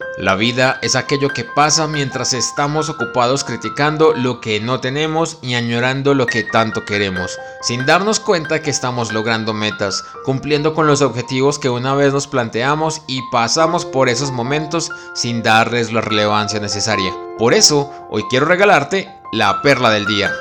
La vida es aquello que pasa mientras estamos ocupados criticando lo que no tenemos y añorando lo que tanto queremos, sin darnos cuenta que estamos logrando metas, cumpliendo con los objetivos que una vez nos planteamos y pasamos por esos momentos sin darles la relevancia necesaria. Por eso, hoy quiero regalarte la perla del día.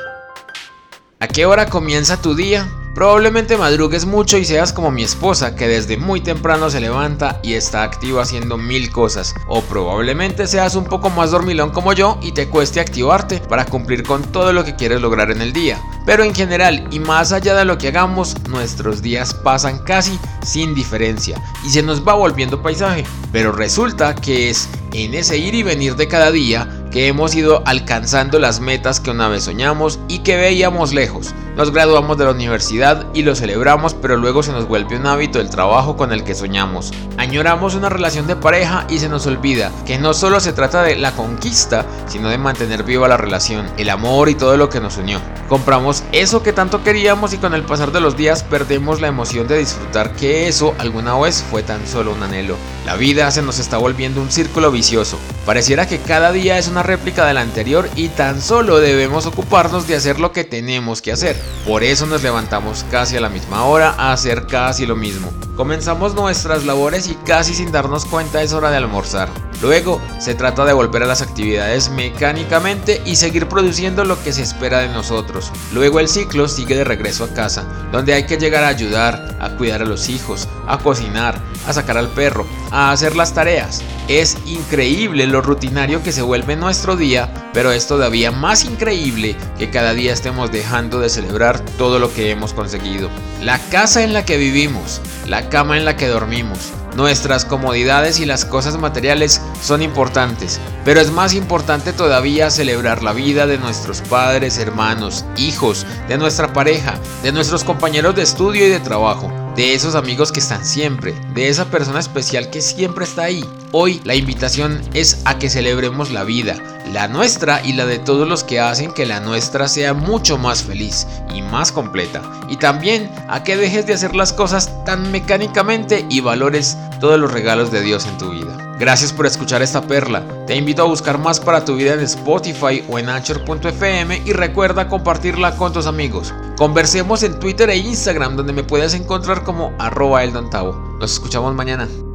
¿A qué hora comienza tu día? Probablemente madrugues mucho y seas como mi esposa, que desde muy temprano se levanta y está activa haciendo 1000 cosas. O probablemente seas un poco más dormilón como yo y te cueste activarte para cumplir con todo lo que quieres lograr en el día. Pero en general y más allá de lo que hagamos, nuestros días pasan casi sin diferencia y se nos va volviendo paisaje. Pero resulta que es en ese ir y venir de cada día que hemos ido alcanzando las metas que una vez soñamos y que veíamos lejos. Nos graduamos de la universidad y lo celebramos, pero luego se nos vuelve un hábito el trabajo con el que soñamos. Añoramos una relación de pareja y se nos olvida que no solo se trata de la conquista, sino de mantener viva la relación, el amor y todo lo que nos unió. Compramos eso que tanto queríamos y con el pasar de los días perdemos la emoción de disfrutar que eso alguna vez fue tan solo un anhelo. La vida se nos está volviendo un círculo vicioso. Pareciera que cada día es una réplica del anterior y tan solo debemos ocuparnos de hacer lo que tenemos que hacer. Por eso nos levantamos casi a la misma hora a hacer casi lo mismo. Comenzamos nuestras labores y casi sin darnos cuenta es hora de almorzar. Luego se trata de volver a las actividades mecánicamente y seguir produciendo lo que se espera de nosotros. Luego el ciclo sigue de regreso a casa, donde hay que llegar a ayudar, a cuidar a los hijos, a cocinar, a sacar al perro, a hacer las tareas. Es increíble lo rutinario que se vuelve nuestro día, pero es todavía más increíble que cada día estemos dejando de celebrar todo lo que hemos conseguido. La casa en la que vivimos, la cama en la que dormimos, nuestras comodidades y las cosas materiales son importantes, pero es más importante todavía celebrar la vida de nuestros padres, hermanos, hijos, de nuestra pareja, de nuestros compañeros de estudio y de trabajo, de esos amigos que están siempre, de esa persona especial que siempre está ahí. Hoy la invitación es a que celebremos la vida, la nuestra y la de todos los que hacen que la nuestra sea mucho más feliz y más completa. Y también a que dejes de hacer las cosas tan mecánicamente y valores todos los regalos de Dios en tu vida. Gracias por escuchar esta perla. Te invito a buscar más para tu vida en Spotify o en Anchor.fm y recuerda compartirla con tus amigos. Conversemos en Twitter e Instagram, donde me puedes encontrar como @eldontavo. Nos escuchamos mañana.